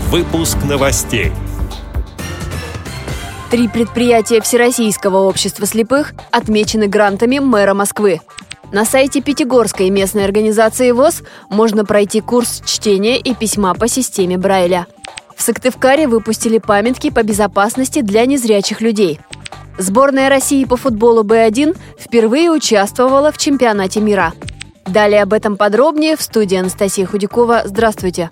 Выпуск новостей. 3 предприятия Всероссийского общества слепых отмечены грантами мэра Москвы. На сайте Пятигорской местной организации ВОС можно пройти курс чтения и письма по системе Брайля. В Сыктывкаре выпустили памятки по безопасности для незрячих людей. Сборная России по футболу Б1 впервые участвовала в чемпионате мира. Далее об этом подробнее в студии Анастасия Худякова. Здравствуйте!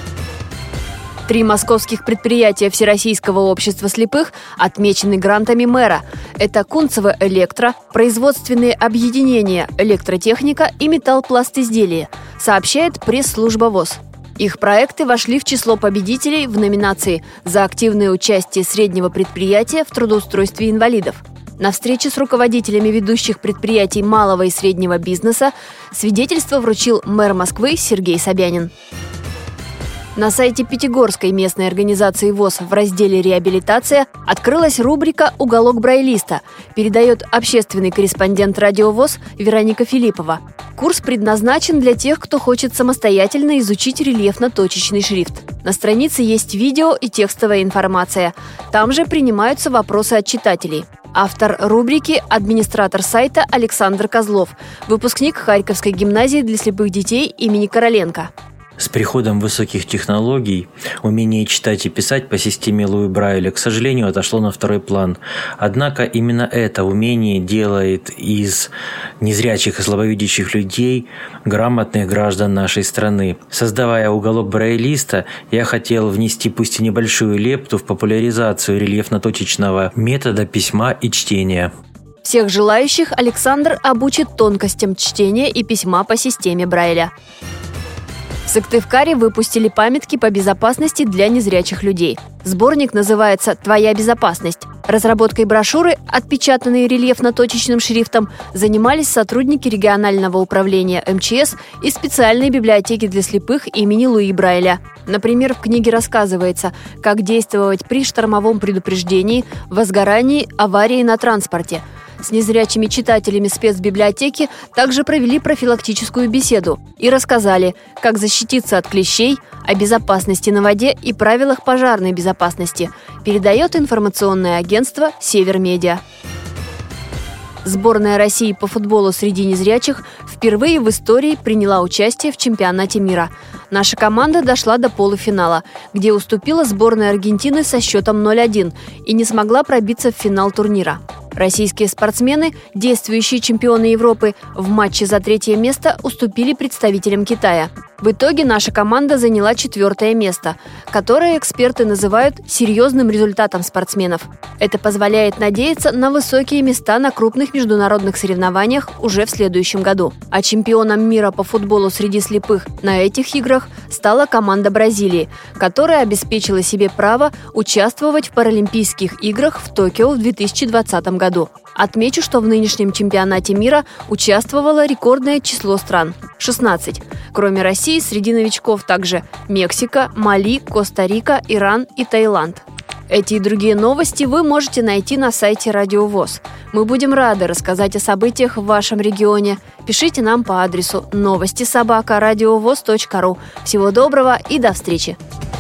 3 московских предприятия Всероссийского общества слепых отмечены грантами мэра. Это Кунцево Электро, производственные объединения Электротехника и Металлпластизделия, сообщает пресс-служба ВОС. Их проекты вошли в число победителей в номинации «За активное участие среднего предприятия в трудоустройстве инвалидов». На встрече с руководителями ведущих предприятий малого и среднего бизнеса свидетельство вручил мэр Москвы Сергей Собянин. На сайте Пятигорской местной организации ВОС в разделе «Реабилитация» открылась рубрика «Уголок брайлиста», передает общественный корреспондент радио ВОС Вероника Филиппова. Курс предназначен для тех, кто хочет самостоятельно изучить рельефно-точечный шрифт. На странице есть видео и текстовая информация. Там же принимаются вопросы от читателей. Автор рубрики – администратор сайта Александр Козлов, выпускник Харьковской гимназии для слепых детей имени Короленко. С приходом высоких технологий умение читать и писать по системе Луи Брайля, к сожалению, отошло на второй план. Однако именно это умение делает из незрячих и слабовидящих людей грамотных граждан нашей страны. Создавая уголок брайлиста, я хотел внести пусть и небольшую лепту в популяризацию рельефно-точечного метода письма и чтения. Всех желающих Александр обучит тонкостям чтения и письма по системе Брайля. В Сыктывкаре выпустили памятки по безопасности для незрячих людей. Сборник называется «Твоя безопасность». Разработкой брошюры, отпечатанной рельефно-точечным шрифтом, занимались сотрудники регионального управления МЧС и специальной библиотеки для слепых имени Луи Брайля. Например, в книге рассказывается, как действовать при штормовом предупреждении, возгорании, аварии на транспорте. С незрячими читателями спецбиблиотеки также провели профилактическую беседу и рассказали, как защититься от клещей, о безопасности на воде и правилах пожарной безопасности, передает информационное агентство «Севермедиа». Сборная России по футболу среди незрячих впервые в истории приняла участие в чемпионате мира. Наша команда дошла до полуфинала, где уступила сборной Аргентины со счетом 0-1 и не смогла пробиться в финал турнира. Российские спортсмены, действующие чемпионы Европы, в матче за 3-е место уступили представителям Китая. В итоге наша команда заняла 4-е место, которое эксперты называют серьезным результатом спортсменов. Это позволяет надеяться на высокие места на крупных международных соревнованиях уже в следующем году. А чемпионом мира по футболу среди слепых на этих играх стала команда Бразилии, которая обеспечила себе право участвовать в Паралимпийских играх в Токио в 2020 году. Отмечу, что в нынешнем чемпионате мира участвовало рекордное число стран – 16. Кроме России, среди новичков также Мексика, Мали, Коста-Рика, Иран и Таиланд. Эти и другие новости вы можете найти на сайте Радио ВОС. Мы будем рады рассказать о событиях в вашем регионе. Пишите нам по адресу новости@радиовос.ру. Всего доброго и до встречи!